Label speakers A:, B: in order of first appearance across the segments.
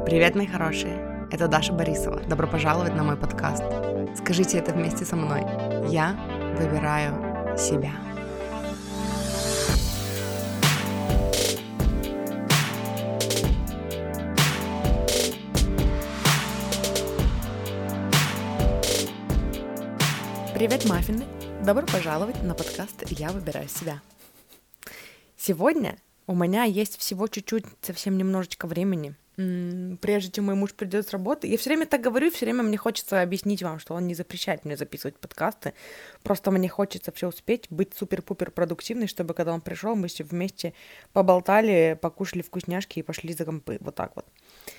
A: Привет, мои хорошие! Это Даша Борисова. Добро пожаловать на мой подкаст. Скажите это вместе со мной. Я выбираю себя. Привет, маффины! Добро пожаловать на подкаст «Я выбираю себя». Сегодня у меня есть всего чуть-чуть, совсем немножечко времени, прежде чем мой муж придет с работы. Я все время так говорю, все время мне хочется объяснить вам, что он не запрещает мне записывать подкасты. Просто мне хочется все успеть, быть супер-пупер продуктивной, чтобы когда он пришел, мы все вместе поболтали, покушали вкусняшки и пошли за компы. Вот так вот.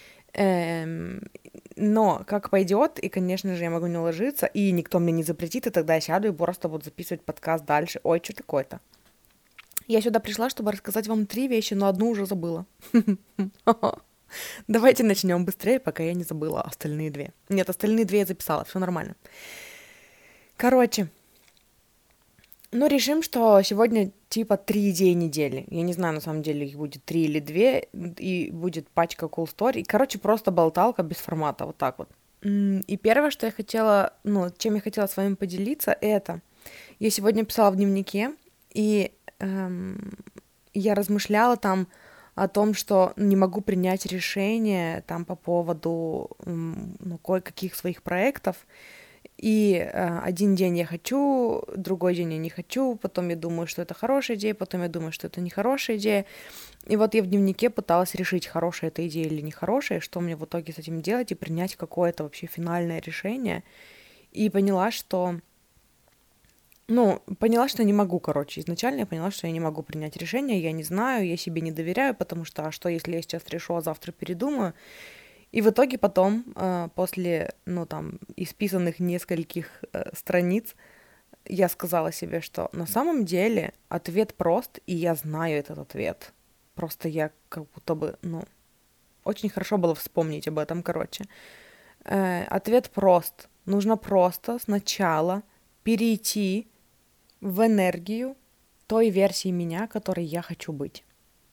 A: Но как пойдет, и, конечно же, я могу не ложиться, и никто мне не запретит, и тогда я сяду и просто буду записывать подкаст дальше. Ой, что такое-то? Я сюда пришла, чтобы рассказать вам 3 вещи, но одну уже забыла. Давайте начнем быстрее, пока я не забыла остальные 2. Нет, остальные 2 я записала, все нормально. Короче, решим, что сегодня типа 3 идеи недели. Я не знаю, на самом деле их будет 3 или 2, и будет пачка cool story. Короче, просто болталка без формата, вот так вот. И первое, что я хотела, чем я хотела с вами поделиться, это... Я сегодня писала в дневнике, и я размышляла там о том, что не могу принять решение там по поводу кое-каких своих проектов. И один день я хочу, другой день я не хочу, потом я думаю, что это хорошая идея, потом я думаю, что это нехорошая идея. И вот я в дневнике пыталась решить, хорошая эта идея или нехорошая, что мне в итоге с этим делать, и принять какое-то вообще финальное решение. И поняла, что... поняла, что не могу, изначально я поняла, что я не могу принять решение, я не знаю, я себе не доверяю, потому что, что если я сейчас решу, а завтра передумаю? И в итоге потом, после, исписанных нескольких страниц, я сказала себе, что на самом деле ответ прост, и я знаю этот ответ. Просто я как будто бы, очень хорошо было вспомнить об этом, Ответ прост. Нужно просто сначала перейти в энергию той версии меня, которой я хочу быть.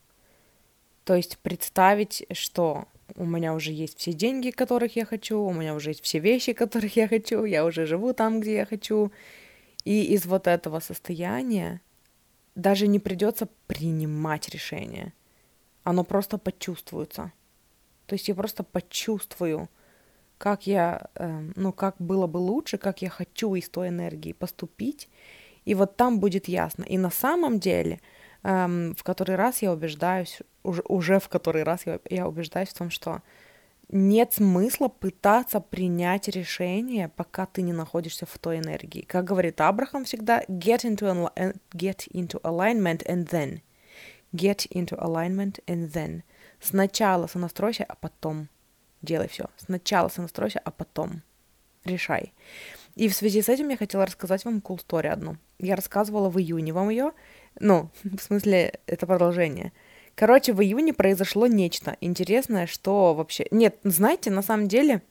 A: То есть представить, что у меня уже есть все деньги, которых я хочу, у меня уже есть все вещи, которых я хочу, я уже живу там, где я хочу. И из вот этого состояния даже не придется принимать решение. Оно просто почувствуется. То есть я просто почувствую, как как было бы лучше, как я хочу из той энергии поступить. И вот там будет ясно. И на самом деле, в который раз я убеждаюсь, уже в который раз я убеждаюсь в том, что нет смысла пытаться принять решение, пока ты не находишься в той энергии. Как говорит Абрахам всегда, get into alignment and then. Get into alignment and then. Сначала сонастройся, а потом делай все. Сначала сонастройся, а потом решай. И в связи с этим я хотела рассказать вам cool story одну. Я рассказывала в июне вам ее. В смысле, это продолжение. В июне произошло нечто интересное, что вообще... Нет, знаете, на самом деле,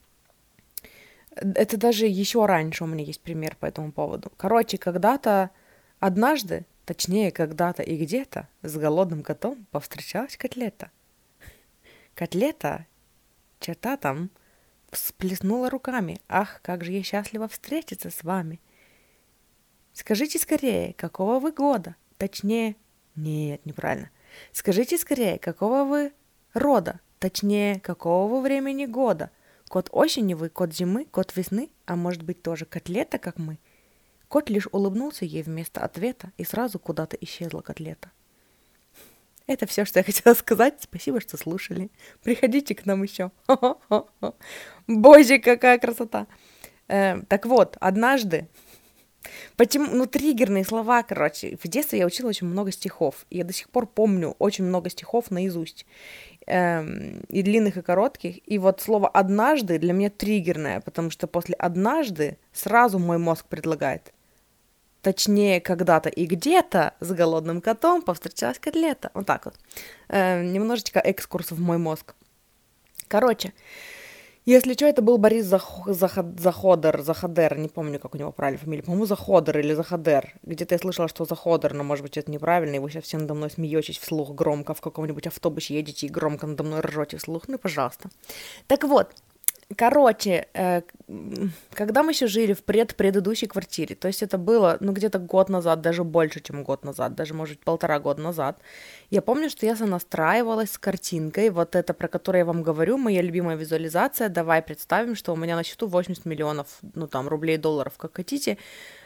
A: это даже еще раньше у меня есть пример по этому поводу. когда-то, однажды, точнее, когда-то и где-то, с голодным котом повстречалась котлета. Котлета, черта там, всплеснула руками. Ах, как же я счастлива встретиться с вами. Скажите скорее, какого вы года? Точнее... Нет, неправильно. Скажите скорее, какого вы рода? Точнее, какого вы времени года? Кот осени вы, кот зимы, кот весны, а может быть тоже котлета, как мы? Кот лишь улыбнулся ей вместо ответа, и сразу куда-то исчезла котлета. Это все, что я хотела сказать. Спасибо, что слушали. Приходите к нам еще. Боже, какая красота. Так вот, однажды... Почему? Триггерные слова, В детстве я учила очень много стихов. И я до сих пор помню очень много стихов наизусть. И длинных, и коротких. И вот слово «однажды» для меня триггерное, потому что после «однажды» сразу мой мозг предлагает. Точнее, когда-то и где-то с голодным котом повстречалась котлета. Вот так вот. Немножечко экскурс в мой мозг. Если что, это был Борис Заходер, не помню, как у него правильно фамилия, по-моему, Заходер или Заходер. Где-то я слышала, что Заходер, но, может быть, это неправильно, и вы сейчас все надо мной смеетесь вслух громко, в каком-нибудь автобусе едете и громко надо мной ржете вслух, ну, пожалуйста. Так вот, короче, когда мы еще жили в предыдущей квартире, то есть это было, ну, где-то год назад, даже больше, чем год назад, даже, может, 1,5 года назад, я помню, что я сонастраивалась с картинкой, вот это, про которую я вам говорю, моя любимая визуализация, давай представим, что у меня на счету 80 миллионов, ну, там, рублей, долларов, как хотите,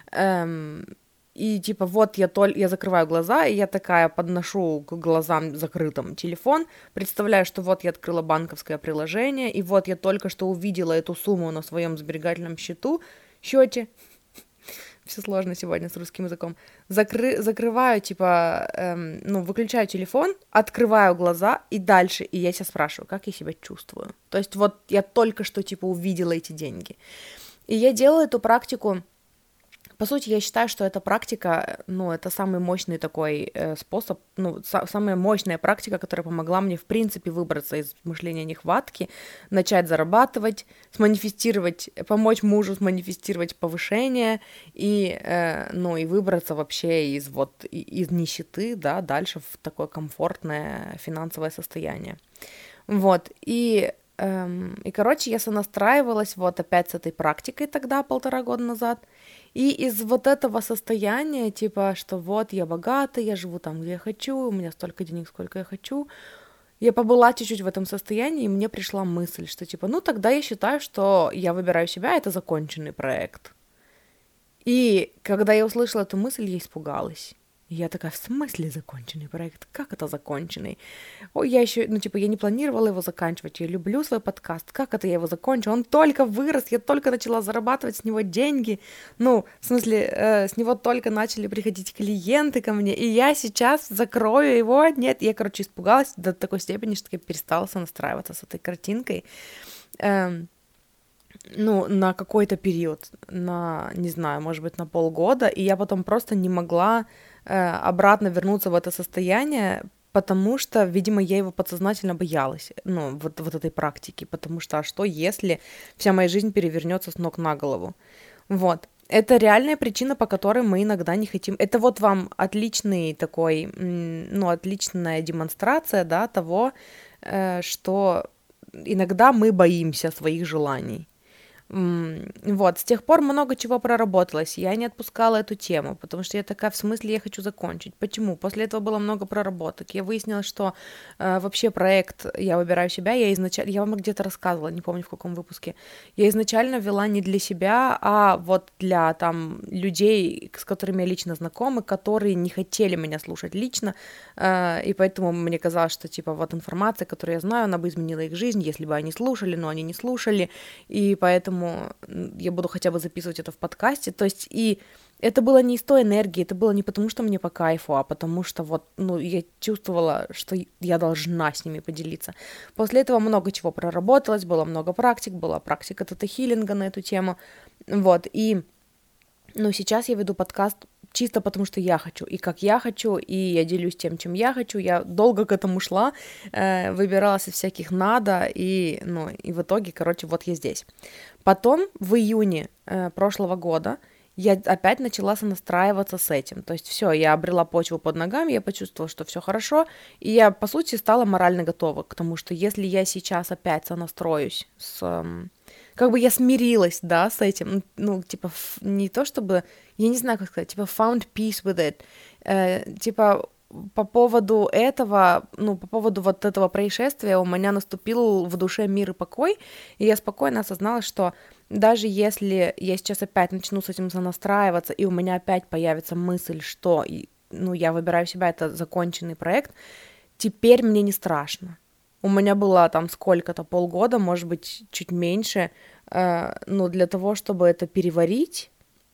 A: и типа вот я закрываю глаза, и я такая подношу к глазам закрытым телефон, представляю, что вот я открыла банковское приложение, и вот я только что увидела эту сумму на своем сберегательном счете, все сложно сегодня с русским языком, закрываю, типа, ну, выключаю телефон, открываю глаза, и дальше, и я себя спрашиваю, как я себя чувствую. То есть вот я только что, типа, увидела эти деньги. И я делаю эту практику. По сути, я считаю, что эта практика, ну, это самый мощный такой способ, ну, самая мощная практика, которая помогла мне, в принципе, выбраться из мышления нехватки, начать зарабатывать, сманифестировать, помочь мужу сманифестировать повышение и, ну, и выбраться вообще из нищеты, да, дальше в такое комфортное финансовое состояние. Вот, короче, я сонастраивалась вот опять с этой практикой тогда, 1,5 года назад, и из вот этого состояния, типа, что вот я богата, я живу там, где я хочу, у меня столько денег, сколько я хочу, я побыла чуть-чуть в этом состоянии, и мне пришла мысль, что типа, ну тогда я считаю, что я выбираю себя, это законченный проект. И когда я услышала эту мысль, я испугалась. И я такая, в смысле законченный проект? Как это законченный? Ой, я еще, ну, типа, я не планировала его заканчивать, я люблю свой подкаст, как это я его закончу? Он только вырос, я только начала зарабатывать с него деньги, ну, в смысле, с него только начали приходить клиенты ко мне, и я сейчас закрою его? Нет, я, короче, испугалась до такой степени, что я перестала сонастраиваться с этой картинкой. Ну, на какой-то период, не знаю, может быть, на полгода, и я потом просто не могла обратно вернуться в это состояние, потому что, видимо, я его подсознательно боялась, ну, вот этой практики, потому что, а что, если вся моя жизнь перевернется с ног на голову? Вот. Это реальная причина, по которой мы иногда не хотим. Это вот вам отличный такой, ну, отличная демонстрация, да, того, что иногда мы боимся своих желаний. Вот, с тех пор много чего проработалось, я не отпускала эту тему, потому что я такая, в смысле, я хочу закончить. Почему? После этого было много проработок. Я выяснила, что вообще проект «Я выбираю себя», я вам где-то рассказывала, не помню в каком выпуске, я изначально вела не для себя, а вот для там людей, с которыми я лично знакома, которые не хотели меня слушать лично, и поэтому мне казалось, что типа вот информация, которую я знаю, она бы изменила их жизнь, если бы они слушали, но они не слушали, и поэтому я буду хотя бы записывать это в подкасте. То есть и это было не из той энергии, это было не потому, что мне по кайфу, а потому что вот, ну, я чувствовала, что я должна с ними поделиться. После этого много чего проработалось, было много практик, была практика тета-хиллинга на эту тему, вот, и, ну, сейчас я веду подкаст чисто потому, что я хочу, и как я хочу, и я делюсь тем, чем я хочу. Я долго к этому шла, выбиралась из всяких надо, и, ну, и в итоге, короче, вот я здесь. Потом в июне прошлого года я опять начала сонастраиваться с этим. То есть все, я обрела почву под ногами, я почувствовала, что все хорошо, и я, по сути, стала морально готова к тому, что если я сейчас опять сонастроюсь как бы я смирилась, да, с этим, ну, типа, не то чтобы, я не знаю, как сказать, типа, found peace with it, типа, по поводу этого, ну, по поводу вот этого происшествия у меня наступил в душе мир и покой, и я спокойно осознала, что даже если я сейчас опять начну с этим сонастраиваться, и у меня опять появится мысль, что, ну, я выбираю себя, это законченный проект, теперь мне не страшно. У меня было там сколько-то, полгода, может быть, чуть меньше, но для того, чтобы это переварить,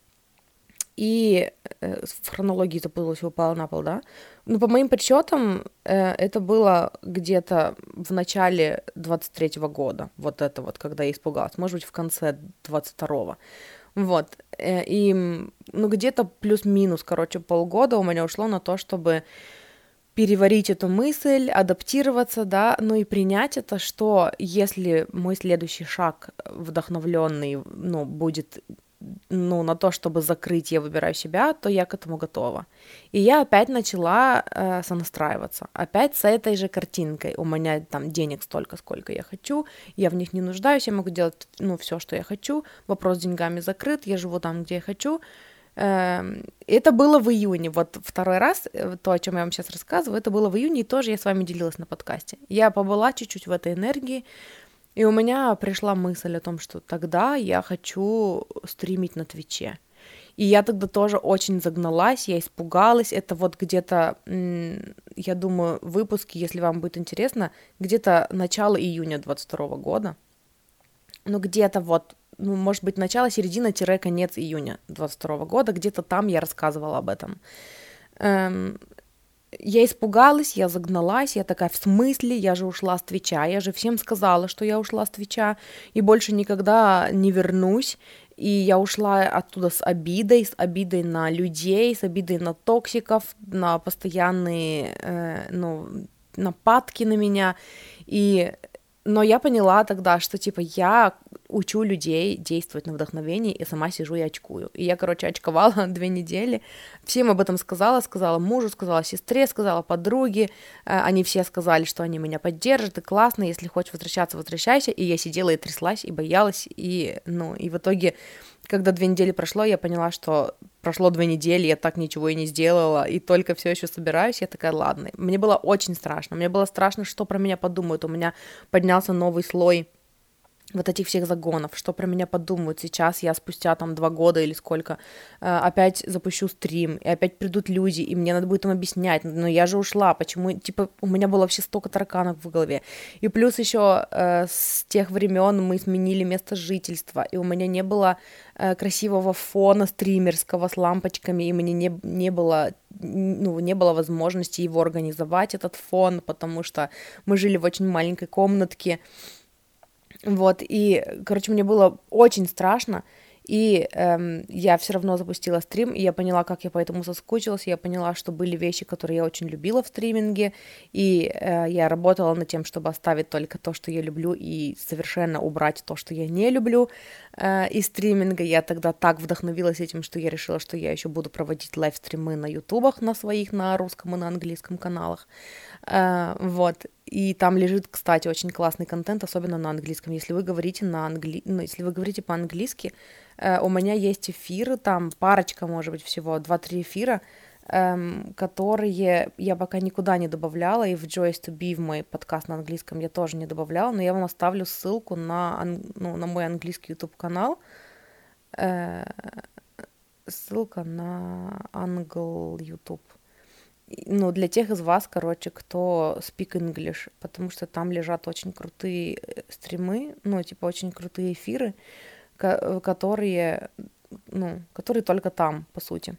A: и в хронологии запуталась, упала на пол, да? Ну, по моим подсчетам, это было где-то в начале 23-го года, вот это вот, когда я испугалась, может быть, в конце 22-го. Вот, и, ну, где-то плюс-минус, короче, полгода у меня ушло на то, чтобы переварить эту мысль, адаптироваться, да, ну и принять это, что если мой следующий шаг вдохновленный, ну, будет, ну, на то, чтобы закрыть, я выбираю себя, то я к этому готова. И я опять начала сонастраиваться, опять с этой же картинкой. У меня там денег столько, сколько я хочу, я в них не нуждаюсь, я могу делать, ну, все, что я хочу, вопрос с деньгами закрыт, я живу там, где я хочу. Это было в июне, вот второй раз, то, о чем я вам сейчас рассказываю, это было в июне, и тоже я с вами делилась на подкасте. Я побыла чуть-чуть в этой энергии, и у меня пришла мысль о том, что тогда я хочу стримить на Твиче. И я тогда тоже очень загналась, я испугалась. Это вот где-то, я думаю, выпуски, если вам будет интересно, где-то начало июня 22 года. Ну, где-то вот, ну, может быть, начало-середина-конец июня 22 года, где-то там я рассказывала об этом. Я испугалась, я загналась, я такая, в смысле, я же ушла с Твича, я же всем сказала, что я ушла с Твича, и больше никогда не вернусь, и я ушла оттуда с обидой на людей, с обидой на токсиков, на постоянные, ну, нападки на меня, но я поняла тогда, что, типа, я учу людей действовать на вдохновении, и сама сижу и очкую. И я, короче, очковала 2 недели, всем об этом сказала мужу, сказала сестре, сказала подруге, они все сказали, что они меня поддержат, и классно, если хочешь возвращаться, возвращайся, и я сидела и тряслась, и боялась, и, ну, и в итоге, когда 2 недели прошло, я поняла, что прошло 2 недели, я так ничего и не сделала, и только все еще собираюсь, я такая, ладно. Мне было очень страшно, мне было страшно, что про меня подумают, у меня поднялся новый слой вот этих всех загонов, что про меня подумают. Сейчас я спустя там 2 года или сколько опять запущу стрим, и опять придут люди, и мне надо будет им объяснять, но я же ушла, почему, типа, у меня было вообще столько тараканов в голове. И плюс еще с тех времен мы сменили место жительства, и у меня не было красивого фона стримерского с лампочками, и мне не было, ну, не было возможности его организовать, этот фон, потому что мы жили в очень маленькой комнатке. Вот, и, короче, мне было очень страшно, и я все равно запустила стрим, и я поняла, как я по этому соскучилась, я поняла, что были вещи, которые я очень любила в стриминге, и я работала над тем, чтобы оставить только то, что я люблю, и совершенно убрать то, что я не люблю из стриминга. Я тогда так вдохновилась этим, что я решила, что я еще буду проводить лайвстримы на ютубах, на своих, на русском и на английском каналах. Вот, и там лежит, кстати, очень классный контент, особенно на английском. Если вы говорите ну, если вы говорите по-английски, у меня есть эфиры, там парочка, может быть, всего 2-3 эфира, которые я пока никуда не добавляла, и в Joyce to Be, в мой подкаст на английском, я тоже не добавляла, но я вам оставлю ссылку на мой английский YouTube-канал, ссылка на Англ YouTube. Ну, для тех из вас, короче, кто speak English, потому что там лежат очень крутые стримы, ну, типа, очень крутые эфиры, которые только там, по сути.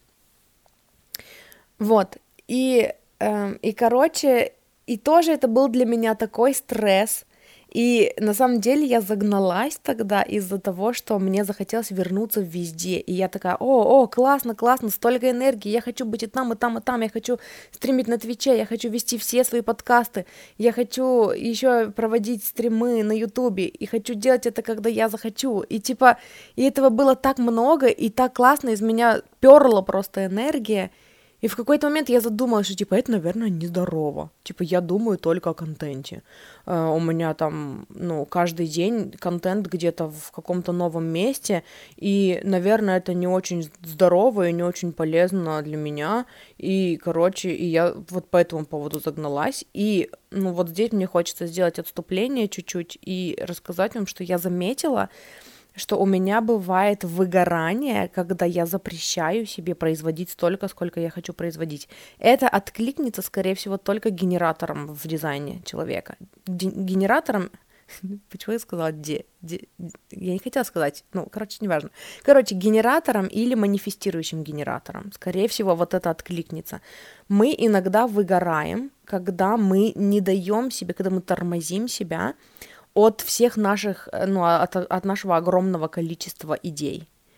A: Вот, короче, и тоже это был для меня такой стресс, и на самом деле я загналась тогда из-за того, что мне захотелось вернуться везде, и я такая, классно, столько энергии, я хочу быть и там, и там, и там, я хочу стримить на Твиче, я хочу вести все свои подкасты, я хочу еще проводить стримы на Ютубе, и хочу делать это, когда я захочу, и типа, и этого было так много, и так классно, из меня перла просто энергия. И в какой-то момент я задумалась, что, типа, это, наверное, нездорово. Типа, я думаю только о контенте. У меня там, ну, каждый день контент где-то в каком-то новом месте, и, наверное, это не очень здорово и не очень полезно для меня. И, короче, и я вот по этому поводу загналась. И, ну, вот здесь мне хочется сделать отступление чуть-чуть и рассказать вам, что я заметила, что у меня бывает выгорание, когда я запрещаю себе производить столько, сколько я хочу производить. Это откликнется, скорее всего, только генератором в дизайне человека. Генератором... Почему я сказала я не хотела сказать, неважно. Генератором или манифестирующим генератором. Скорее всего, вот это откликнется. Мы иногда выгораем, когда мы не даем себе, когда мы тормозим себя от всех наших, от нашего огромного количества идей.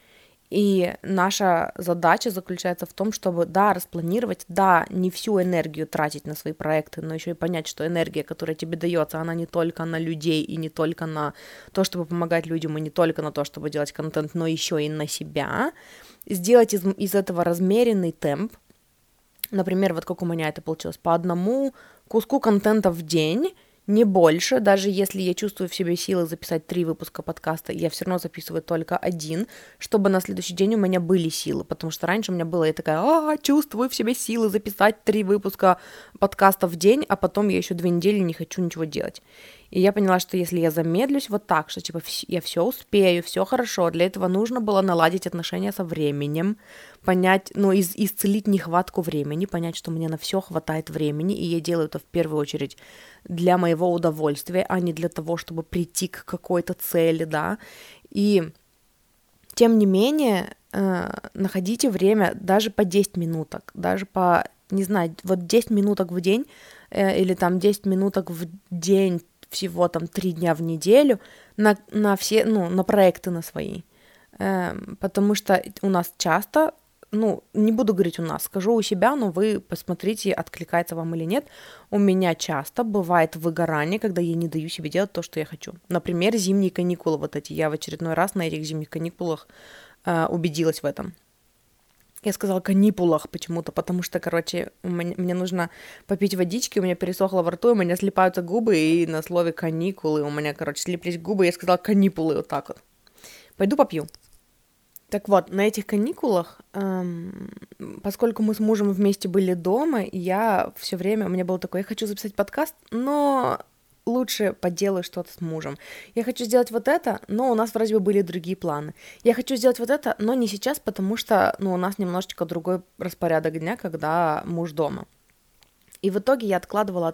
A: И наша задача заключается в том, чтобы, да, распланировать, да, не всю энергию тратить на свои проекты, но еще и понять, что энергия, которая тебе дается, она не только на людей и не только на то, чтобы помогать людям, и не только на то, чтобы делать контент, но еще и на себя. Сделать из этого размеренный темп. Например, вот как у меня это получилось, по одному куску контента в день, не больше, даже если я чувствую в себе силы записать 3 выпуска подкаста, я все равно записываю только один, чтобы на следующий день у меня были силы, потому что раньше у меня было, я такая, чувствую в себе силы записать 3 выпуска подкаста в день, а потом я еще 2 недели не хочу ничего делать. И я поняла, что если я замедлюсь вот так, что типа я все успею, все хорошо, для этого нужно было наладить отношения со временем, понять, исцелить нехватку времени, понять, что мне на все хватает времени, и я делаю это в первую очередь для моего удовольствия, а не для того, чтобы прийти к какой-то цели, да. И тем не менее, находите время даже по 10 минуток, даже по, не знаю, вот 10 минуток в день или там 10 минуток в день, всего там 3 дня в неделю на все, на проекты на свои. Потому что у нас часто, не буду говорить у нас, скажу у себя, но вы посмотрите, откликается вам или нет. У меня часто бывает выгорание, когда я не даю себе делать то, что я хочу. Например, зимние каникулы вот эти. Я в очередной раз на этих зимних каникулах убедилась в этом. Я сказала каникулах почему-то, потому что, мне нужно попить водички, у меня пересохло во рту, у меня слипаются губы, и на слове каникулы у меня, слиплись губы, я сказала каникулы вот так вот. Пойду попью. Так вот, на этих каникулах, поскольку мы с мужем вместе были дома, я все время, у меня было такое, я хочу записать подкаст, но лучше поделаю что-то с мужем. Я хочу сделать вот это, но у нас вроде бы были другие планы. Я хочу сделать вот это, но не сейчас, потому что, у нас немножечко другой распорядок дня, когда муж дома. И в итоге я откладывала,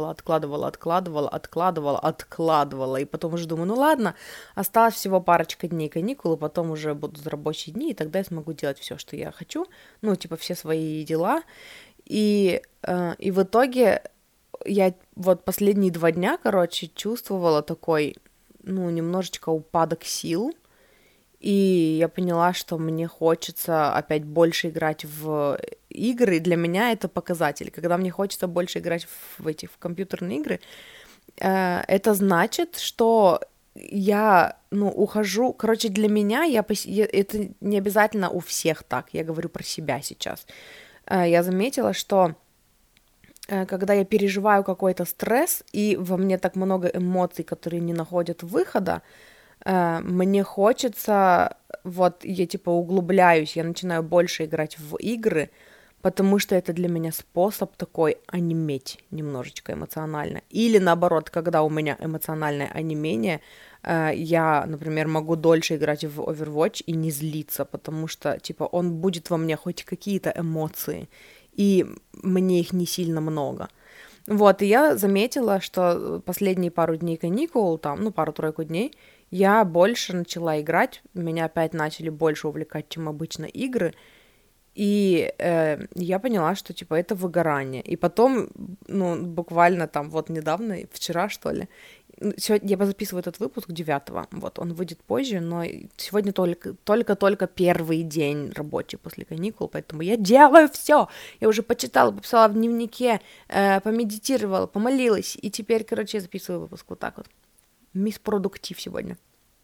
A: и потом уже думаю, ладно, осталось всего парочка дней каникул, и потом уже будут рабочие дни, и тогда я смогу делать все, что я хочу, все свои дела. И в итоге я вот последние 2 дня, чувствовала такой, немножечко упадок сил, и я поняла, что мне хочется опять больше играть в игры. Для меня это показатель. Когда мне хочется больше играть в компьютерные игры, это значит, что я, ухожу... для меня это не обязательно у всех так. Я говорю про себя сейчас. Я заметила, что когда я переживаю какой-то стресс, и во мне так много эмоций, которые не находят выхода, мне хочется, я углубляюсь, я начинаю больше играть в игры, потому что это для меня способ такой онеметь немножечко эмоционально. Или наоборот, когда у меня эмоциональное онемение, я, например, могу дольше играть в Overwatch и не злиться, потому что, он будет во мне хоть какие-то эмоции, и мне их не сильно много. И я заметила, что последние пару дней каникул, пару-тройку дней, я больше начала играть, меня опять начали больше увлекать, чем обычно игры, и я поняла, что, это выгорание. И потом, буквально недавно, вчера, что ли, сегодня я записываю этот выпуск 9-го, он выйдет позже, но сегодня только первый день рабочий после каникул, поэтому я делаю все. Я уже почитала, пописала в дневнике, помедитировала, помолилась, и теперь, я записываю выпуск вот так вот. Мисс Продуктив сегодня.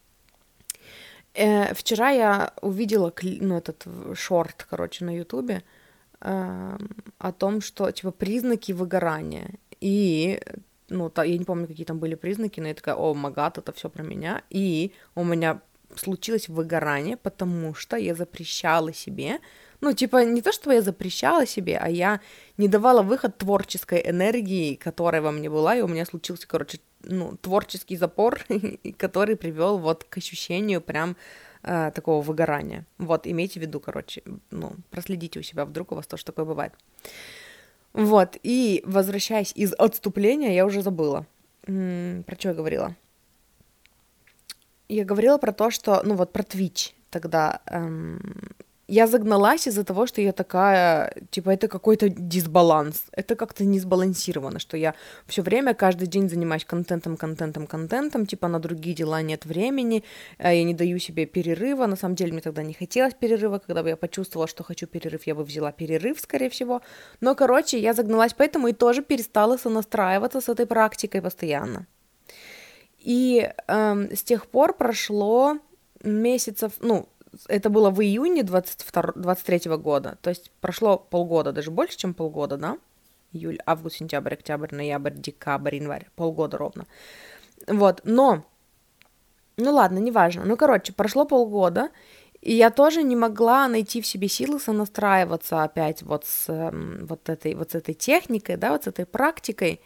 A: Вчера я увидела этот шорт, на Ютубе о том, что, признаки выгорания. И, я не помню, какие там были признаки, но я такая, о, магад, это все про меня. И у меня случилось выгорание, потому что я запрещала себе, не то, что я запрещала себе, а я не давала выход творческой энергии, которая во мне была, и у меня случился, творческий запор, который привел к ощущению прям такого выгорания. Имейте в виду, проследите у себя, вдруг у вас тоже такое бывает. И возвращаясь из отступления, я уже забыла. Про что я говорила? Я говорила про то, что, про Twitch тогда. я загналась из-за того, что я такая, типа, это какой-то дисбаланс, это как-то не сбалансировано, что я все время, каждый день занимаюсь контентом, типа, на другие дела нет времени, я не даю себе перерыва, на самом деле мне тогда не хотелось перерыва, когда бы я почувствовала, что хочу перерыв, я бы взяла перерыв, скорее всего, но, короче, я загналась поэтому и тоже перестала сонастраиваться с этой практикой постоянно. И с тех пор прошло месяцев, ну, это было в июне 23 года, то есть прошло полгода, даже больше, чем полгода, да? Июль, август, сентябрь, октябрь, ноябрь, декабрь, январь, полгода ровно. Вот, но, ну ладно, неважно. Ну, короче, прошло полгода, и я тоже не могла найти в себе силы сонастраиваться опять вот с вот этой техникой, да, вот с этой практикой,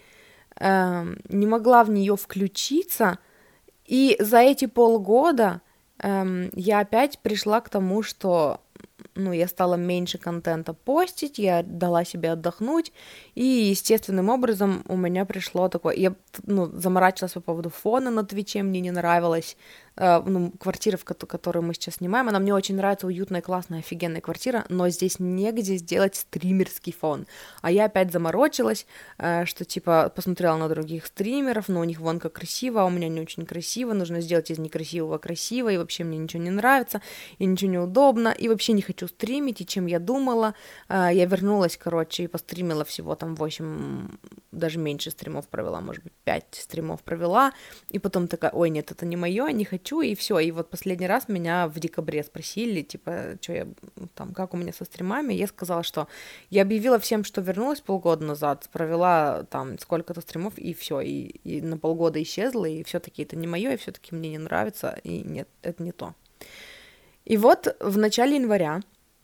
A: не могла в нее включиться, и за эти полгода я опять пришла к тому, что, ну, я стала меньше контента постить, я дала себе отдохнуть, и естественным образом у меня пришло такое, я, ну, заморачивалась по поводу фона на Твиче, мне не нравилось, ну, квартира, которую мы сейчас снимаем, она мне очень нравится, уютная, классная, офигенная квартира, но здесь негде сделать стримерский фон, а я опять заморочилась, что, типа, посмотрела на других стримеров, но у них вон как красиво, а у меня не очень красиво, нужно сделать из некрасивого красиво, и вообще мне ничего не нравится, и ничего не удобно, и вообще не хочу стримить, и чем я думала, я вернулась, короче, и постримила всего там 8, даже меньше стримов провела, может быть, 5 стримов провела, и потом такая, ой, нет, это не мое, не хочу, и все, и вот последний раз меня в декабре спросили, типа, что я, там, как у меня со стримами, я сказала, что я объявила всем, что вернулась полгода назад, провела там сколько-то стримов, и все, и на полгода исчезла, и все-таки это не мое, и все-таки мне не нравится, и нет, это не то. И вот в начале января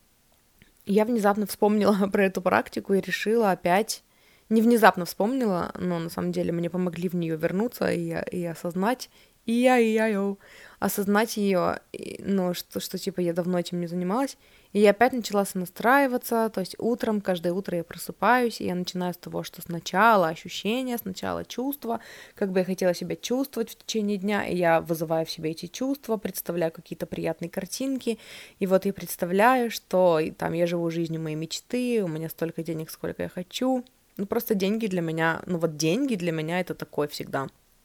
A: я внезапно вспомнила про эту практику и решила опять, не внезапно вспомнила, но на самом деле мне помогли в нее вернуться и осознать, осознать ее, ну, что типа я давно этим не занималась, и я опять начала сонастраиваться, то есть утром, каждое утро я просыпаюсь, и я начинаю с того, что сначала ощущения, сначала чувства, как бы я хотела себя чувствовать в течение дня, и я вызываю в себе эти чувства, представляю какие-то приятные картинки, и вот я представляю, что там я живу жизнью моей мечты, у меня столько денег, сколько я хочу, ну просто деньги для меня, ну вот деньги для меня это такой всегда.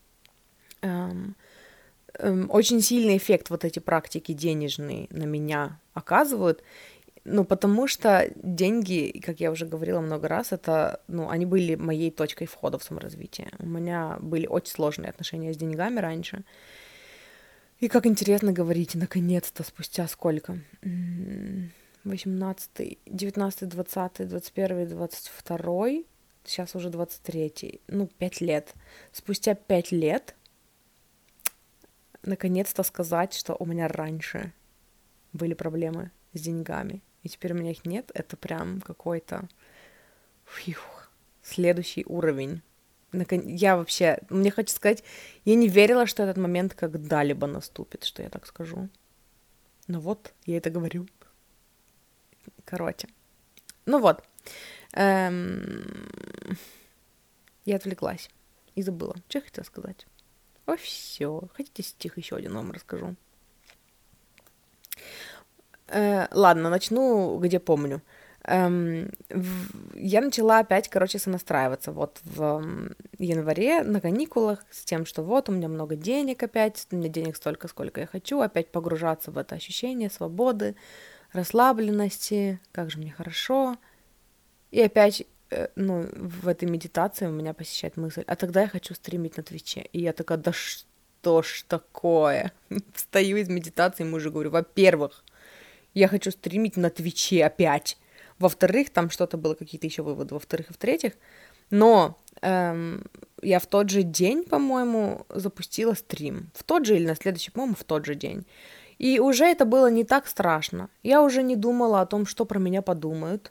A: Очень сильный эффект вот эти практики денежные на меня оказывают, ну, потому что деньги, как я уже говорила много раз, это, ну, они были моей точкой входа в саморазвитие. У меня были очень сложные отношения с деньгами раньше. И как интересно говорить, наконец-то, спустя сколько? 18, 19, 20, 21, 22, сейчас уже 23, ну, 5 лет. Спустя 5 лет наконец-то сказать, что у меня раньше были проблемы с деньгами, и теперь у меня их нет, это прям какой-то следующий уровень. Я вообще, мне хочется сказать, я не верила, что этот момент когда-либо наступит, что я так скажу. Но вот, я это говорю. Короче. Ну вот. Я отвлеклась и забыла. Что я хотела сказать? О, все. Хотите стих еще один вам расскажу? Ладно, начну, где помню. Я начала опять, короче, сонастраиваться вот в январе на каникулах с тем, что вот у меня много денег опять, у меня денег столько, сколько я хочу, опять погружаться в это ощущение свободы, расслабленности, как же мне хорошо. И опять, ну, в этой медитации у меня посещает мысль, а тогда я хочу стримить на Твиче. И я такая, да что ж такое? Встаю из медитации, мужу говорю, во-первых, я хочу стримить на Твиче опять. Во-вторых, там что-то было, какие-то еще выводы. Во-вторых и в-третьих, но я в тот же день, по-моему, запустила стрим. В тот же или на следующий, по-моему, в тот же день. И уже это было не так страшно. Я уже не думала о том, что про меня подумают.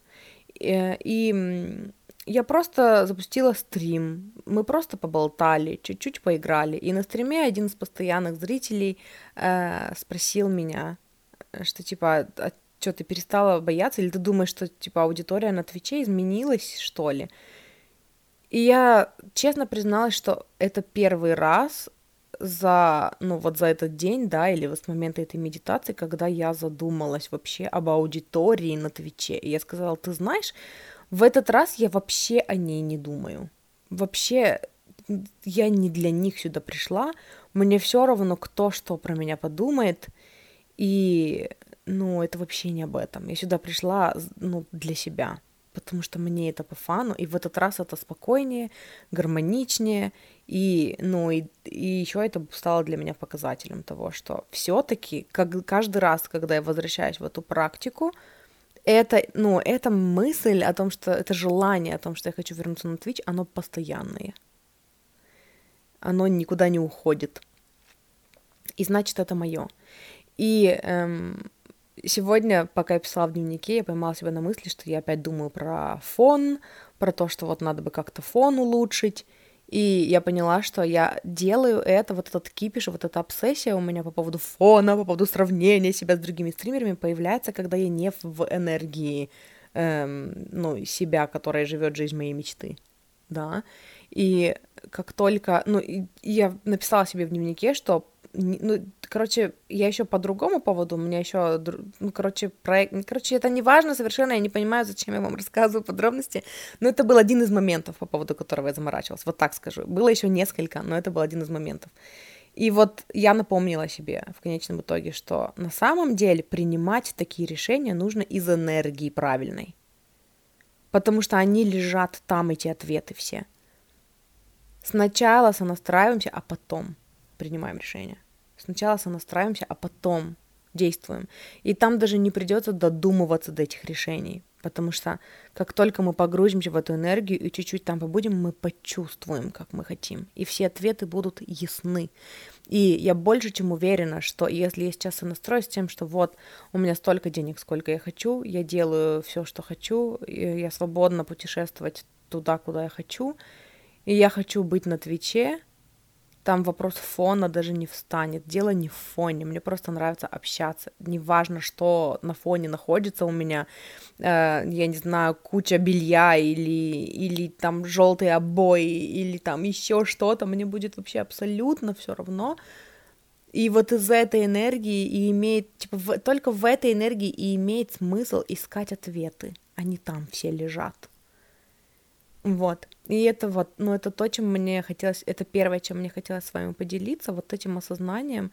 A: И я просто запустила стрим, мы просто поболтали, чуть-чуть поиграли, и на стриме один из постоянных зрителей спросил меня, что типа, а что, ты перестала бояться, или ты думаешь, что типа аудитория на Твиче изменилась, что ли? И я честно призналась, что это первый раз за этот день, да, или вот с момента этой медитации, когда я задумалась вообще об аудитории на Твиче. И я сказала, ты знаешь, в этот раз я вообще о ней не думаю. Вообще, я не для них сюда пришла. Мне все равно, кто что про меня подумает. И, это вообще не об этом. Я сюда пришла, для себя. Потому что мне это по фану, и в этот раз это спокойнее, гармоничнее, и еще это стало для меня показателем того, что все-таки каждый раз, когда я возвращаюсь в эту практику, эта мысль о том, что это желание о том, что я хочу вернуться на Twitch, оно постоянное. Оно никуда не уходит. И значит, это мое. И сегодня, пока я писала в дневнике, я поймала себя на мысли, что я опять думаю про фон, про то, что вот надо бы как-то фон улучшить. И я поняла, что я делаю это, вот этот кипиш, вот эта обсессия у меня по поводу фона, по поводу сравнения себя с другими стримерами появляется, когда я не в энергии, себя, которая живет жизнь моей мечты, да. И как только, я написала себе в дневнике, что я еще по другому поводу, у меня еще, проект, это не важно совершенно, я не понимаю, зачем я вам рассказываю подробности, но это был один из моментов, по поводу которого я заморачивалась, вот так скажу. Было еще несколько, но это был один из моментов. И вот я напомнила себе в конечном итоге, что на самом деле принимать такие решения нужно из энергии правильной, потому что они лежат там, эти ответы все. Сначала сонастраиваемся, а потом принимаем решение. Сначала сонастраиваемся, а потом действуем. И там даже не придется додумываться до этих решений, потому что как только мы погрузимся в эту энергию и чуть-чуть там побудем, мы почувствуем, как мы хотим. И все ответы будут ясны. И я больше чем уверена, что если я сейчас сонастроюсь с тем, что вот у меня столько денег, сколько я хочу, я делаю все, что хочу, я свободно путешествовать туда, куда я хочу, и я хочу быть на Твиче, там вопрос фона даже не встанет. Дело не в фоне. Мне просто нравится общаться. Неважно, что на фоне находится у меня. Я не знаю, куча белья или там желтые обои, или там еще что-то. Мне будет вообще абсолютно все равно. И вот из этой энергии и имеет, только в этой энергии и имеет смысл искать ответы. Они там все лежат. Вот. И это это то, чем мне хотелось, это первое, чем мне хотелось с вами поделиться, вот этим осознанием.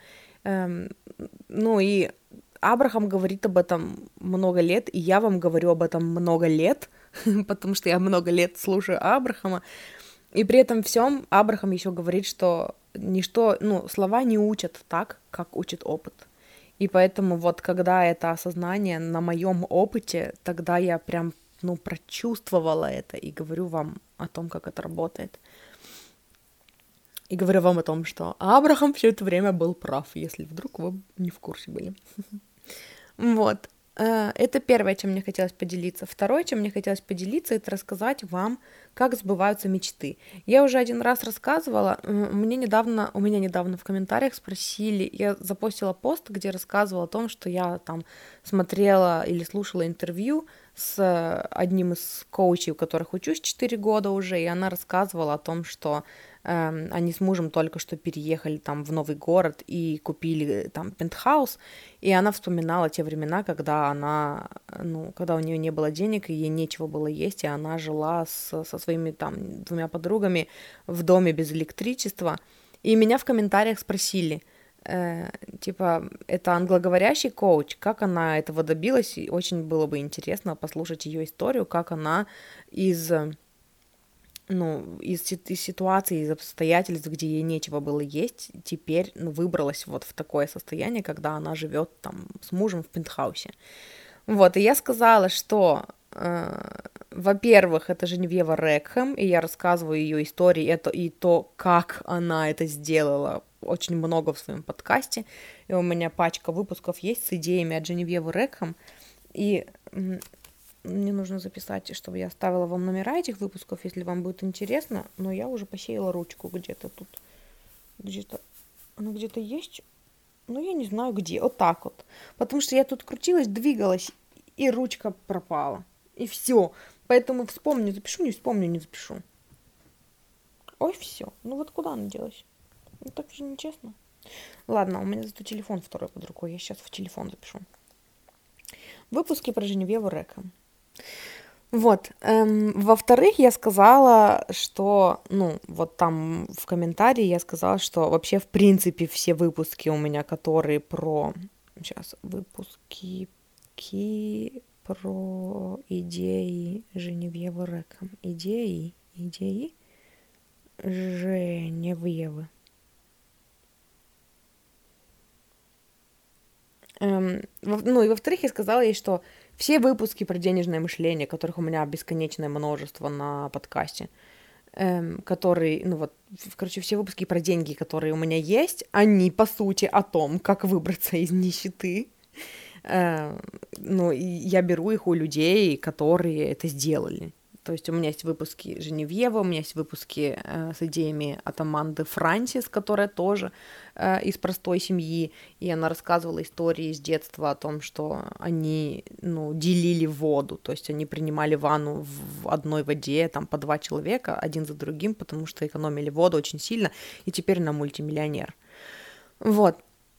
A: И Абрахам говорит об этом много лет, и я вам говорю об этом много лет, потому что я много лет слушаю Абрахама. И при этом всем Абрахам еще говорит, что слова не учат так, как учит опыт. И поэтому вот когда это осознание на моем опыте, тогда я прям прочувствовала это и говорю вам о том, как это работает. И говорю вам о том, что Абрахам все это время был прав, если вдруг вы не в курсе были. Вот. Это первое, чем мне хотелось поделиться. Второе, чем мне хотелось поделиться, это рассказать вам, как сбываются мечты. Я уже один раз рассказывала, у меня недавно в комментариях спросили, я запостила пост, где рассказывала о том, что я там смотрела или слушала интервью с одним из коучей, у которых учусь 4 года уже, и она рассказывала о том, что они с мужем только что переехали там в новый город и купили там пентхаус, и она вспоминала те времена, когда когда у нее не было денег, и ей нечего было есть, и она жила со своими там 2 подругами в доме без электричества, и меня в комментариях спросили, это англоговорящий коуч, как она этого добилась, и очень было бы интересно послушать ее историю, как она из ситуации, из обстоятельств, где ей нечего было есть, теперь выбралась вот в такое состояние, когда она живет там с мужем в пентхаусе. Вот, и я сказала, что, во-первых, это Женевьева Рекхэм, и я рассказываю ее истории, и то, как она это сделала, очень много в своем подкасте, и у меня пачка выпусков есть с идеями от Женевьевы Рекхэм, и мне нужно записать, чтобы я оставила вам номера этих выпусков, если вам будет интересно, но я уже посеяла ручку где-то тут, она где-то есть, но я не знаю где, вот так вот, потому что я тут крутилась, двигалась, и ручка пропала, и все, поэтому вспомню, запишу, не вспомню, не запишу. Ой, все, вот куда она делась? Ну, так же нечестно. Ладно, у меня зато телефон второй под рукой, я сейчас в телефон запишу. Выпуски про Женевьеву Рэком. Вот. Во-вторых, я сказала, что, ну, вот там в комментарии я сказала, что вообще, в принципе, все выпуски у меня, которые про... Сейчас, выпуски про идеи Женевьевы Рэком. Идеи Женевьевы. Ну и во-вторых, я сказала ей, что все выпуски про денежное мышление, которых у меня бесконечное множество на подкасте, которые, ну вот, короче, все выпуски про деньги, которые у меня есть, они, по сути, о том, как выбраться из нищеты. Ну, и я беру их у людей, которые это сделали. То есть у меня есть выпуски Женевьевы, у меня есть выпуски с идеями от Аманды Франсис, которая тоже из простой семьи, и она рассказывала истории из детства о том, что они, ну, делили воду, то есть они принимали ванну в одной воде, там, по 2 человека, один за другим, потому что экономили воду очень сильно, и теперь она мультимиллионер. Вот.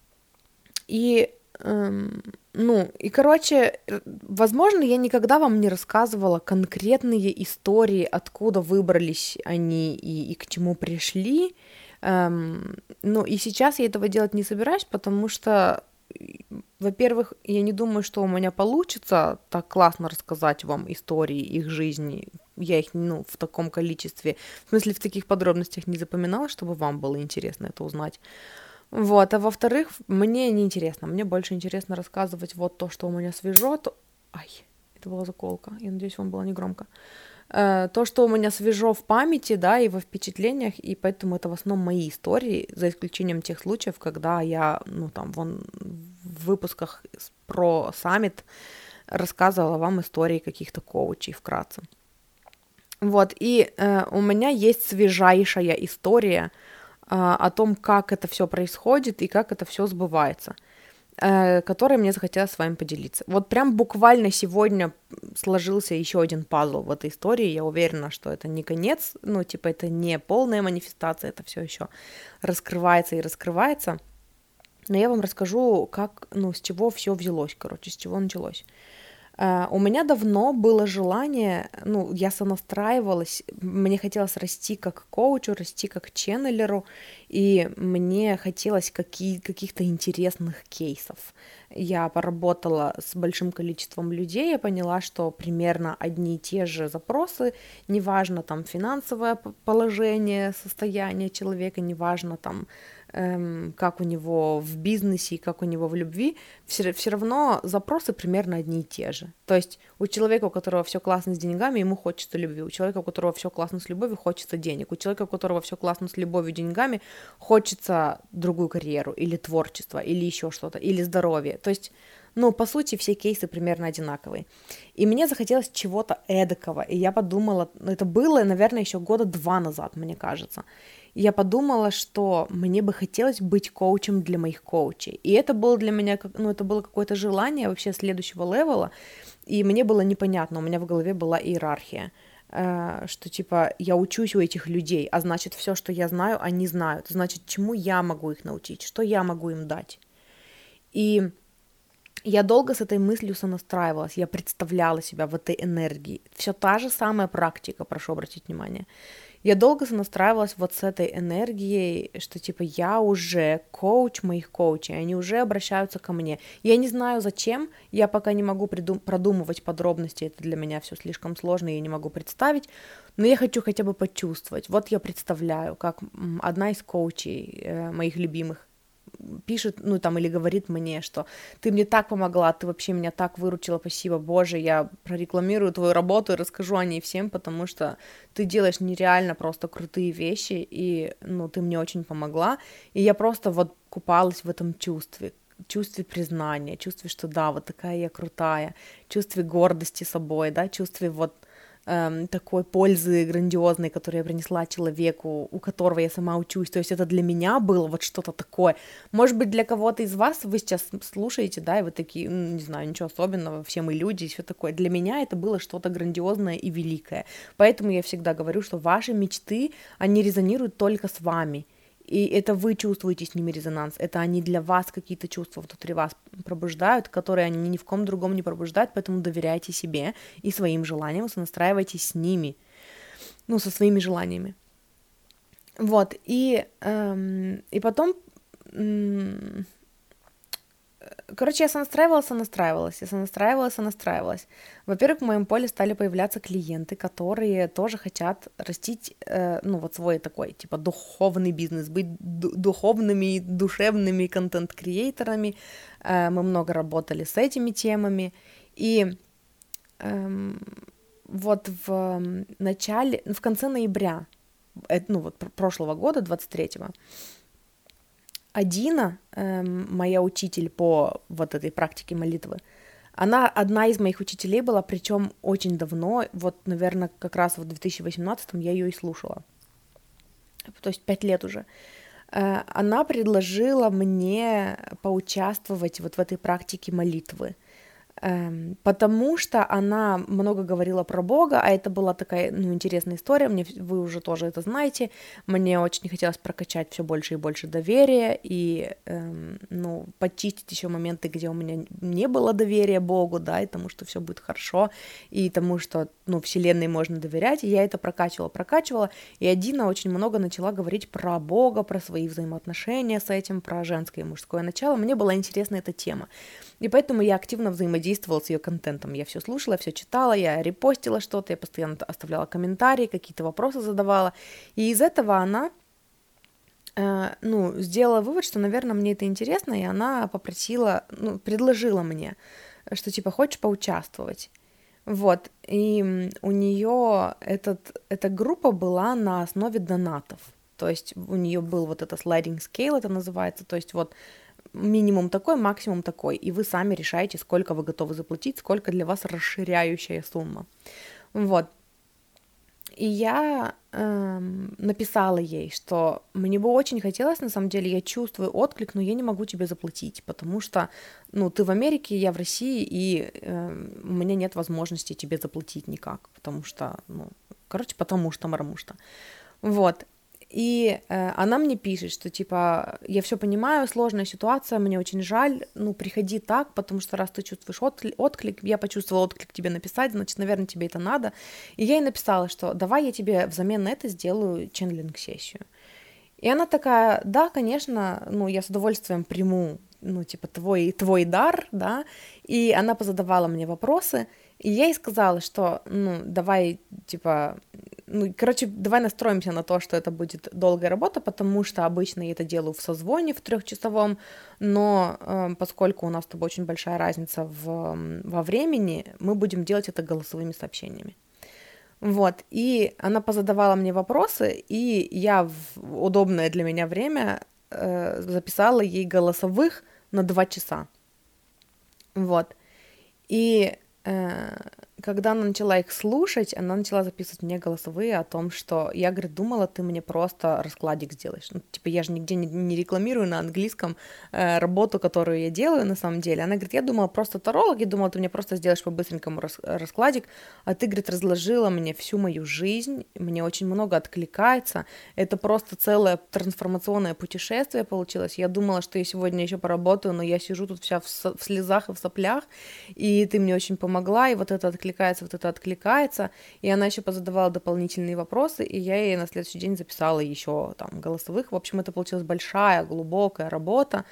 A: И ну, и, короче, возможно, я никогда вам не рассказывала конкретные истории, откуда выбрались они и к чему пришли. Ну, и сейчас я этого делать не собираюсь, потому что, во-первых, я не думаю, что у меня получится так классно рассказать вам истории их жизни. Я их, ну, в таком количестве, в смысле, в таких подробностях не запоминала, чтобы вам было интересно это узнать. Вот, а во-вторых, мне неинтересно, мне больше интересно рассказывать вот то, что у меня свежо, то... Ай, это была заколка, я надеюсь, вам было не громко. То, что у меня свежо в памяти, да, и во впечатлениях, и поэтому это в основном мои истории, за исключением тех случаев, когда я, ну, там, вон, в выпусках про саммит рассказывала вам истории каких-то коучей вкратце. Вот, и у меня есть свежайшая история о том, как это все происходит и как это все сбывается, которой мне захотелось с вами поделиться. Вот прям буквально сегодня сложился еще один пазл в этой истории. Я уверена, что это не конец, ну, типа, это не полная манифестация, это все еще раскрывается и раскрывается. Но я вам расскажу, как, ну, с чего все взялось, короче, с чего началось. У меня давно было желание, ну, я сонастраивалась, мне хотелось расти как коучу, расти как ченнелеру, и мне хотелось каких-то интересных кейсов. Я поработала с большим количеством людей, я поняла, что примерно одни и те же запросы, неважно там финансовое положение, состояние человека, неважно там как у него в бизнесе и как у него в любви, все равно запросы примерно одни и те же. То есть у человека, у которого все классно с деньгами, ему хочется любви, у человека, у которого все классно с любовью, хочется денег, у человека, у которого все классно с любовью и деньгами, хочется другую карьеру или творчество, или еще что-то, или здоровье. То есть, ну, по сути, все кейсы примерно одинаковые. И мне захотелось чего-то эдакого, и я подумала, это было, наверное, еще 2 года назад, мне кажется. Я подумала, что мне бы хотелось быть коучем для моих коучей. И это было для меня, ну, это было какое-то желание вообще следующего левела, и мне было непонятно, у меня в голове была иерархия, что, типа, я учусь у этих людей, а значит, все, что я знаю, они знают, значит, чему я могу их научить, что я могу им дать. И я долго с этой мыслью сонастраивалась, я представляла себя в этой энергии. Все та же самая практика, прошу обратить внимание. Я долго сонастраивалась вот с этой энергией, что типа я уже коуч моих коучей, они уже обращаются ко мне. Я не знаю зачем, я пока не могу продумывать подробности, это для меня все слишком сложно, я не могу представить, но я хочу хотя бы почувствовать. Вот я представляю, как одна из коучей моих любимых пишет, ну, там, или говорит мне, что ты мне так помогла, ты вообще меня так выручила, спасибо, боже, я прорекламирую твою работу и расскажу о ней всем, потому что ты делаешь нереально просто крутые вещи, и, ну, ты мне очень помогла, и я просто вот купалась в этом чувстве признания, чувстве, что да, вот такая я крутая, чувстве гордости собой, да, чувстве вот такой пользы грандиозной, которую я принесла человеку, у которого я сама учусь. То есть это для меня было вот что-то такое. Может быть, для кого-то из вас, вы сейчас слушаете, да, и вы такие, не знаю, ничего особенного, все мы люди и все такое. Для меня это было что-то грандиозное и великое. Поэтому я всегда говорю, что ваши мечты, они резонируют только с вами. И это вы чувствуете с ними резонанс, это они для вас какие-то чувства внутри вас пробуждают, которые они ни в ком другом не пробуждают, поэтому доверяйте себе и своим желаниям, сонастраивайтесь с ними, ну, со своими желаниями. Вот, и потом, короче, я сонастраивалась. Во-первых, в моем поле стали появляться клиенты, которые тоже хотят растить, ну, вот свой такой, типа, духовный бизнес, быть духовными, душевными контент-креаторами. Мы много работали с этими темами, и вот в конце ноября, ну, вот прошлого года, 23-го, Адина, моя учитель по вот этой практике молитвы, она одна из моих учителей была, причем очень давно, вот, наверное, как раз в 2018-м я ее и слушала, то есть 5 лет уже. Она предложила мне поучаствовать вот в этой практике молитвы, потому что она много говорила про Бога, а это была такая, ну, интересная история, вы уже тоже это знаете, мне очень хотелось прокачать все больше и больше доверия и, ну, почистить еще моменты, где у меня не было доверия Богу, да, и тому, что все будет хорошо, и тому, что, ну, Вселенной можно доверять, и я это прокачивала, и Адина очень много начала говорить про Бога, про свои взаимоотношения с этим, про женское и мужское начало, мне была интересна эта тема, и поэтому я активно взаимодействовала с ее контентом. Я все слушала, все читала, я репостила что-то, я постоянно оставляла комментарии, какие-то вопросы задавала. И из этого она, ну, сделала вывод, что, наверное, мне это интересно, и она попросила, ну, предложила мне, что, типа, хочешь поучаствовать? Вот, и у нее эта группа была на основе донатов. То есть у нее был вот это sliding scale, это называется, то есть вот минимум такой, максимум такой, и вы сами решаете, сколько вы готовы заплатить, сколько для вас расширяющая сумма. Вот. И я написала ей, что мне бы очень хотелось, на самом деле, я чувствую отклик, но я не могу тебе заплатить, потому что, ну, ты в Америке, я в России, и у меня нет возможности тебе заплатить никак, потому что, ну, короче, потому что, потому что. Вот. И она мне пишет, что, типа, я все понимаю, сложная ситуация, мне очень жаль, ну, приходи так, потому что раз ты чувствуешь отклик, я почувствовала отклик тебе написать, значит, наверное, тебе это надо. И я ей написала, что давай я тебе взамен на это сделаю ченнелинг-сессию. И она такая, да, конечно, ну, я с удовольствием приму, ну, типа, твой дар, да, и она позадавала мне вопросы, и я ей сказала, что, ну, давай, типа, ну, короче, давай настроимся на то, что это будет долгая работа, потому что обычно я это делаю в созвоне в 3-часовом, но поскольку у нас с тобой очень большая разница во времени, мы будем делать это голосовыми сообщениями. Вот, и она позадавала мне вопросы, и я в удобное для меня время записала ей голосовых на 2 часа. Вот, и когда она начала их слушать, она начала записывать мне голосовые о том, что я, говорит, думала, ты мне просто раскладик сделаешь. Ну, типа, я же нигде не рекламирую на английском работу, которую я делаю на самом деле. Она говорит, я думала просто таролог, я думала, ты мне просто сделаешь по-быстренькому раскладик, а ты, говорит, разложила мне всю мою жизнь, мне очень много откликается, это просто целое трансформационное путешествие получилось. Я думала, что я сегодня еще поработаю, но я сижу тут вся в слезах и в соплях, и ты мне очень помогла, и вот это откликается, и она еще позадавала дополнительные вопросы, и я ей на следующий день записала еще там голосовых. В общем, это получилась большая, глубокая работа,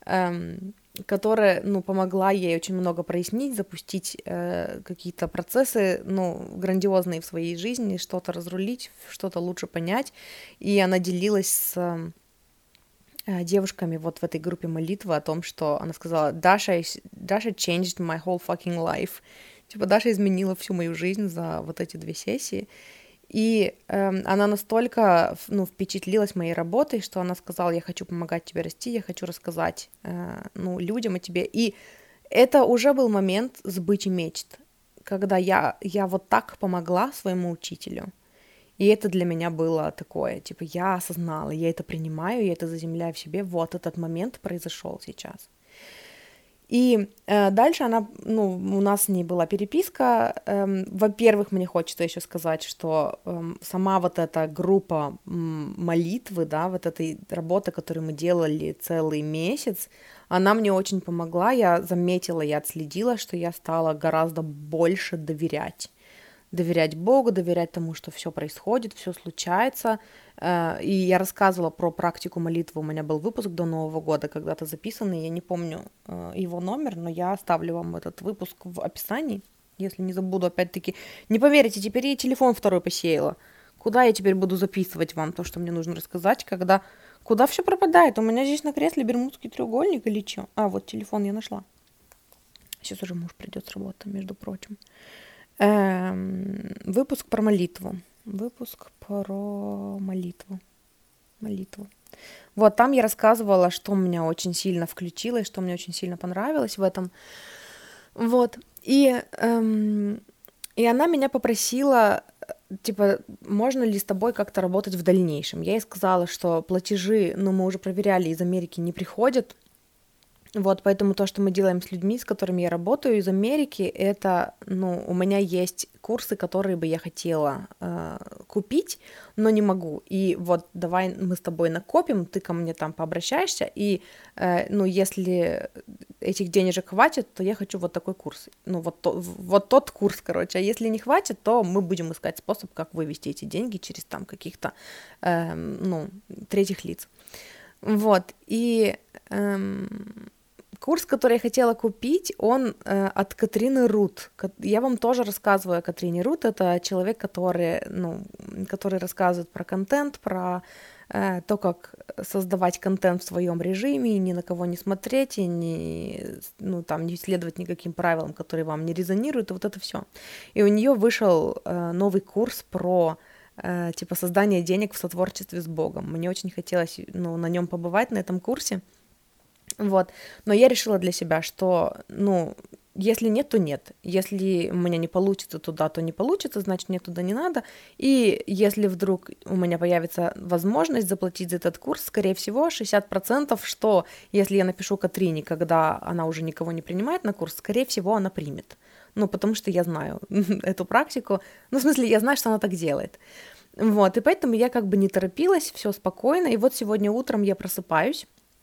A: которая, ну, помогла ей очень много прояснить, запустить какие-то процессы, ну, грандиозные в своей жизни, что-то разрулить, что-то лучше понять, и она делилась с девушками вот в этой группе молитвы о том, что она сказала, Даша changed my whole fucking life. Типа, Даша изменила всю мою жизнь за вот эти 2 сессии. И она настолько, ну, впечатлилась моей работой, что она сказала, я хочу помогать тебе расти, я хочу рассказать, ну, людям о тебе. И это уже был момент сбычи мечт, когда я вот так помогла своему учителю. И это для меня было такое, типа, я осознала, я это принимаю, я это заземляю в себе, вот этот момент произошел сейчас. И дальше она, ну, у нас с ней была переписка. Во-первых, мне хочется еще сказать, что сама вот эта группа молитвы, да, вот этой работы, которую мы делали целый месяц, она мне очень помогла. Я заметила, я отследила, что я стала гораздо больше доверять Богу, доверять тому, что все происходит, все случается. И я рассказывала про практику молитвы. У меня был выпуск до Нового года, когда-то записанный. Я не помню его номер, но я оставлю вам этот выпуск в описании, если не забуду, опять-таки. Не поверите, теперь я телефон второй посеяла. Куда я теперь буду записывать вам то, что мне нужно рассказать, когда... Куда все пропадает? У меня здесь на кресле бермудский треугольник или что? А, вот телефон я нашла. Сейчас уже муж придет с работы, между прочим. Выпуск про молитву. Выпуск про молитву. Вот там я рассказывала, что меня очень сильно включило и что мне очень сильно понравилось в этом. Вот. И она меня попросила, типа, можно ли с тобой как-то работать в дальнейшем. Я ей сказала, что платежи, ну, мы уже проверяли, из Америки не приходят. Вот, поэтому то, что мы делаем с людьми, с которыми я работаю из Америки, это, ну, у меня есть курсы, которые бы я хотела купить, но не могу. И вот давай мы с тобой накопим, ты ко мне там пообращаешься, и, ну, если этих денежек хватит, то я хочу вот такой курс. Ну, вот тот курс, короче. А если не хватит, то мы будем искать способ, как вывести эти деньги через там каких-то, ну, третьих лиц. Вот, и... Курс, который я хотела купить, он от Катрины Рут. Я вам тоже рассказываю о Катрине Рут. Это человек, который рассказывает про контент, про то, как создавать контент в своем режиме, ни на кого не смотреть, и не следовать никаким правилам, которые вам не резонируют, и вот это все. И у нее вышел новый курс про типа создание денег в сотворчестве с Богом. Мне очень хотелось на нем побывать, на этом курсе. Вот, но я решила для себя, что, ну, если нет, то нет. Если у меня не получится туда, то не получится, значит, мне туда не надо. И если вдруг у меня появится возможность заплатить за этот курс, скорее всего, 60%, что если я напишу Катрине, когда она уже никого не принимает на курс, скорее всего, она примет. Ну, потому что я знаю эту практику. Ну, в смысле, я знаю, что она так делает. Вот, и поэтому я как бы не торопилась, все спокойно. И вот сегодня утром я просыпаюсь,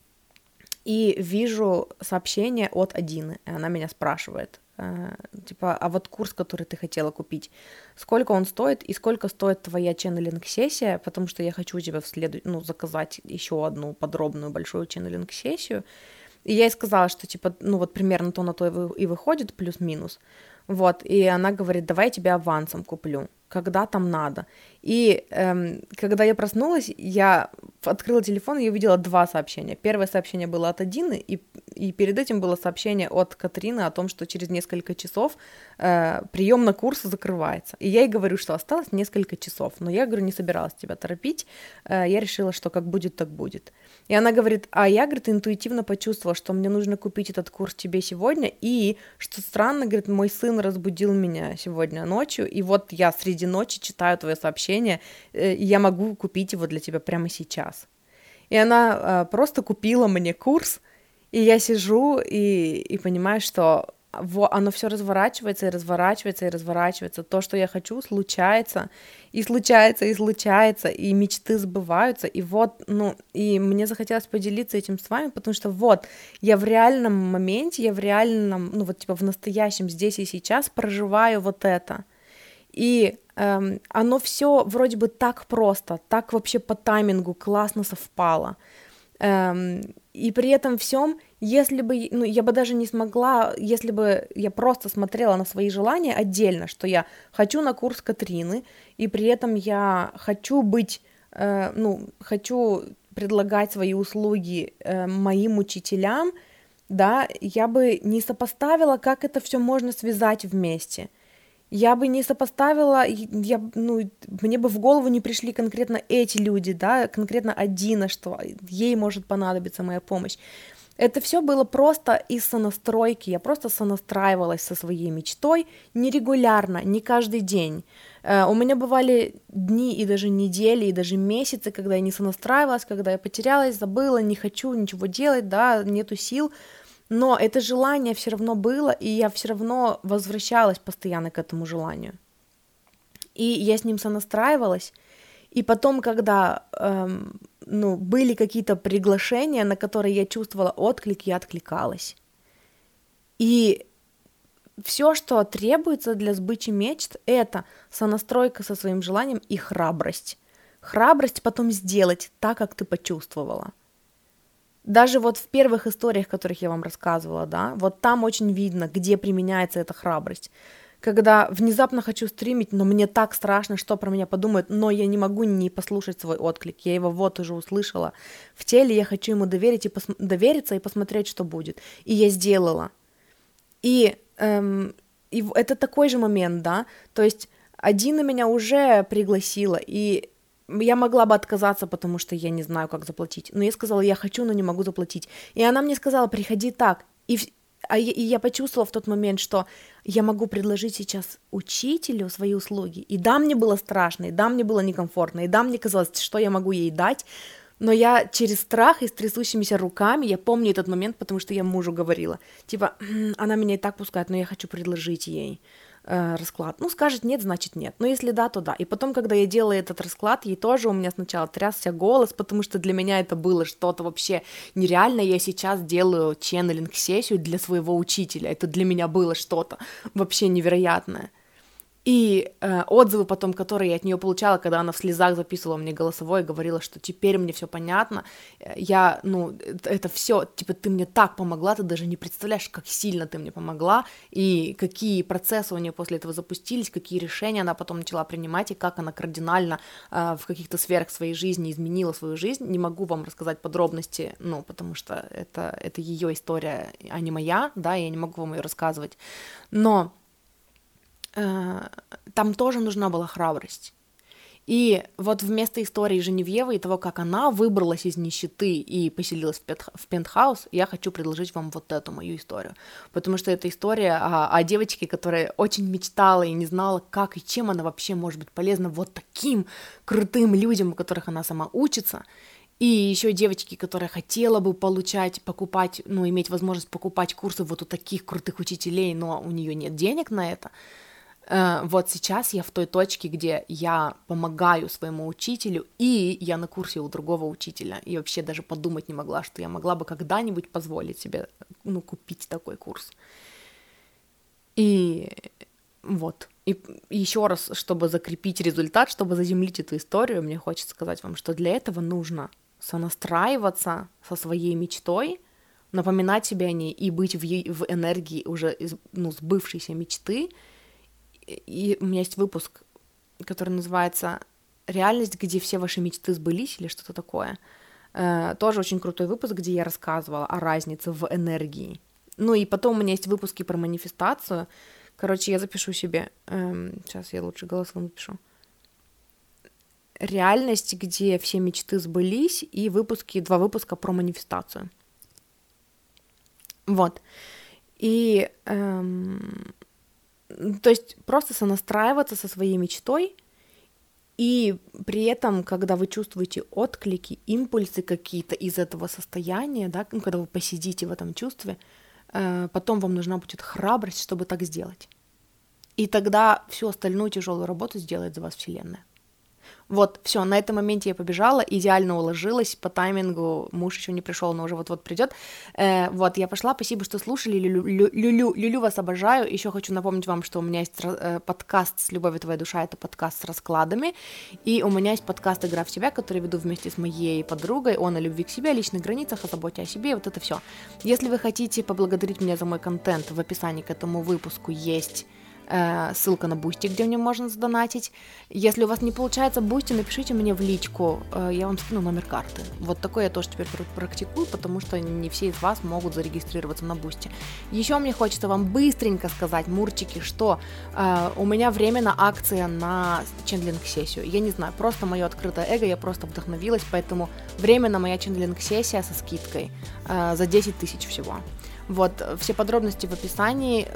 A: и вижу сообщение от Адины, и она меня спрашивает, типа, а вот курс, который ты хотела купить, сколько он стоит и сколько стоит твоя ченнелинг-сессия, потому что я хочу у тебя заказать еще одну подробную большую ченнелинг-сессию. И я ей сказала, что, типа, ну вот примерно то на то и выходит, плюс-минус. Вот, и она говорит, давай я тебе авансом куплю, когда там надо. И когда я проснулась, я открыла телефон и увидела 2 сообщения. Первое сообщение было от Адины, и перед этим было сообщение от Катрины о том, что через несколько часов прием на курс закрывается. И я ей говорю, что осталось несколько часов, но я, говорю, не собиралась тебя торопить, я решила, что как будет, так будет. И она говорит, а я, говорит, интуитивно почувствовала, что мне нужно купить этот курс тебе сегодня, и, что странно, говорит, мой сын разбудил меня сегодня ночью, и вот я среди ночи читаю твое сообщение, и я могу купить его для тебя прямо сейчас. И она просто купила мне курс, и я сижу и понимаю, что оно все разворачивается и разворачивается и разворачивается. То, что я хочу, случается, и случается, и случается, и мечты сбываются. И вот, и мне захотелось поделиться этим с вами, потому что вот, я в реальном моменте, я в реальном, в настоящем, здесь и сейчас проживаю вот это. И оно все вроде бы так просто, так вообще по таймингу классно совпало. И при этом всем, если бы, я бы даже не смогла, если бы я просто смотрела на свои желания отдельно, что я хочу на курс Катрины, и при этом я хочу быть, хочу предлагать свои услуги моим учителям, да, я бы не сопоставила, как это все можно связать вместе. Я бы не сопоставила, мне бы в голову не пришли конкретно эти люди, да, конкретно Адина, что ей может понадобиться моя помощь. Это все было просто из сонастройки, я просто сонастраивалась со своей мечтой нерегулярно, не каждый день. У меня бывали дни и даже недели, и даже месяцы, когда я не сонастраивалась, когда я потерялась, забыла, не хочу ничего делать, да, нету сил. Но это желание все равно было, и я все равно возвращалась постоянно к этому желанию. И я с ним сонастраивалась, и потом, когда были какие-то приглашения, на которые я чувствовала отклик, я откликалась. И все, что требуется для сбычи мечт, это сонастройка со своим желанием и храбрость. Храбрость потом сделать так, как ты почувствовала. Даже вот в первых историях, которых я вам рассказывала, да, вот там очень видно, где применяется эта храбрость. Когда внезапно хочу стримить, но мне так страшно, что про меня подумают, но я не могу не послушать свой отклик, я его вот уже услышала в теле, я хочу ему довериться и посмотреть, что будет. И я сделала. И это такой же момент, да, то есть Адина меня уже пригласила, и я могла бы отказаться, потому что я не знаю, как заплатить, но я сказала, я хочу, но не могу заплатить, и она мне сказала, приходи так, и я почувствовала в тот момент, что я могу предложить сейчас учителю свои услуги, и да, мне было страшно, и да, мне было некомфортно, и да, мне казалось, что я могу ей дать, но я через страх и с трясущимися руками, я помню этот момент, потому что я мужу говорила, типа, она меня и так пускает, но я хочу предложить ей расклад. Ну, скажет нет, значит нет. Но если да, то да. И потом, когда я делала этот расклад, ей тоже у меня сначала трясся голос, потому что для меня это было что-то вообще нереальное. Я сейчас делаю ченнелинг-сессию для своего учителя. Это для меня было что-то вообще невероятное. И отзывы потом, которые я от нее получала, когда она в слезах записывала мне голосовое, говорила, что теперь мне все понятно, это все, типа, ты мне так помогла, ты даже не представляешь, как сильно ты мне помогла, и какие процессы у нее после этого запустились, какие решения она потом начала принимать, и как она кардинально в каких-то сферах своей жизни изменила свою жизнь. Не могу вам рассказать подробности, потому что это ее история, а не моя, да, я не могу вам ее рассказывать, но там тоже нужна была храбрость. И вот вместо истории Женевьевы и того, как она выбралась из нищеты и поселилась в пентхаус, я хочу предложить вам вот эту мою историю. Потому что это история о девочке, которая очень мечтала и не знала, как и чем она вообще может быть полезна вот таким крутым людям, у которых она сама учится. И еще девочки, которая хотела бы покупать, иметь возможность покупать курсы вот у таких крутых учителей, но у нее нет денег на это. Вот сейчас я в той точке, где я помогаю своему учителю, и я на курсе у другого учителя, и вообще даже подумать не могла, что я могла бы когда-нибудь позволить себе, купить такой курс. И вот. И еще раз, чтобы закрепить результат, чтобы заземлить эту историю, мне хочется сказать вам, что для этого нужно сонастраиваться со своей мечтой, напоминать себе о ней и быть в энергии уже сбывшейся мечты. И у меня есть выпуск, который называется «Реальность, где все ваши мечты сбылись» или что-то такое. Тоже очень крутой выпуск, где я рассказывала о разнице в энергии. И потом у меня есть выпуски про манифестацию. Короче, я запишу себе... сейчас я лучше голосовым напишу. «Реальность, где все мечты сбылись» и 2 выпуска про манифестацию. Вот. И... То есть просто сонастраиваться со своей мечтой, и при этом, когда вы чувствуете отклики, импульсы какие-то из этого состояния, да, когда вы посидите в этом чувстве, потом вам нужна будет храбрость, чтобы так сделать. И тогда всю остальную тяжелую работу сделает за вас Вселенная. Вот, все, на этом моменте я побежала, идеально уложилась по таймингу, муж еще не пришел, но уже вот-вот придет. Вот, я пошла, спасибо, что слушали, люлю вас обожаю. Еще хочу напомнить вам, что у меня есть подкаст «С любовью твоя душа», это подкаст с раскладами, и у меня есть подкаст «Игра в себя», который веду вместе с моей подругой, он о любви к себе, о личных границах, о заботе о себе, и вот это все. Если вы хотите поблагодарить меня за мой контент, в описании к этому выпуску есть... ссылка на Бусти, где мне можно задонатить. Если у вас не получается Бусти, напишите мне в личку, я вам скину номер карты. Вот такое я тоже теперь практикую, потому что не все из вас могут зарегистрироваться на Бусти. Еще мне хочется вам быстренько сказать, мурчики, что у меня временно акция на ченнелинг-сессию. Я не знаю, просто мое открытое эго, я просто вдохновилась, поэтому временно моя ченнелинг-сессия со скидкой за 10 тысяч всего. Вот, все подробности в описании,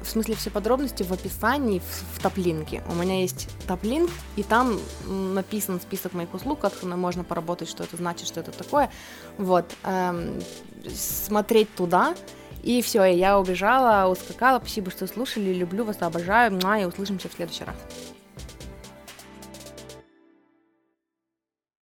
A: в топ-линке. У меня есть топ-линк, и там написан список моих услуг, как можно поработать, что это значит, что это такое. Вот, смотреть туда, И все, я убежала, ускакала. Спасибо, что слушали. Люблю вас, обожаю. И услышимся в следующий раз.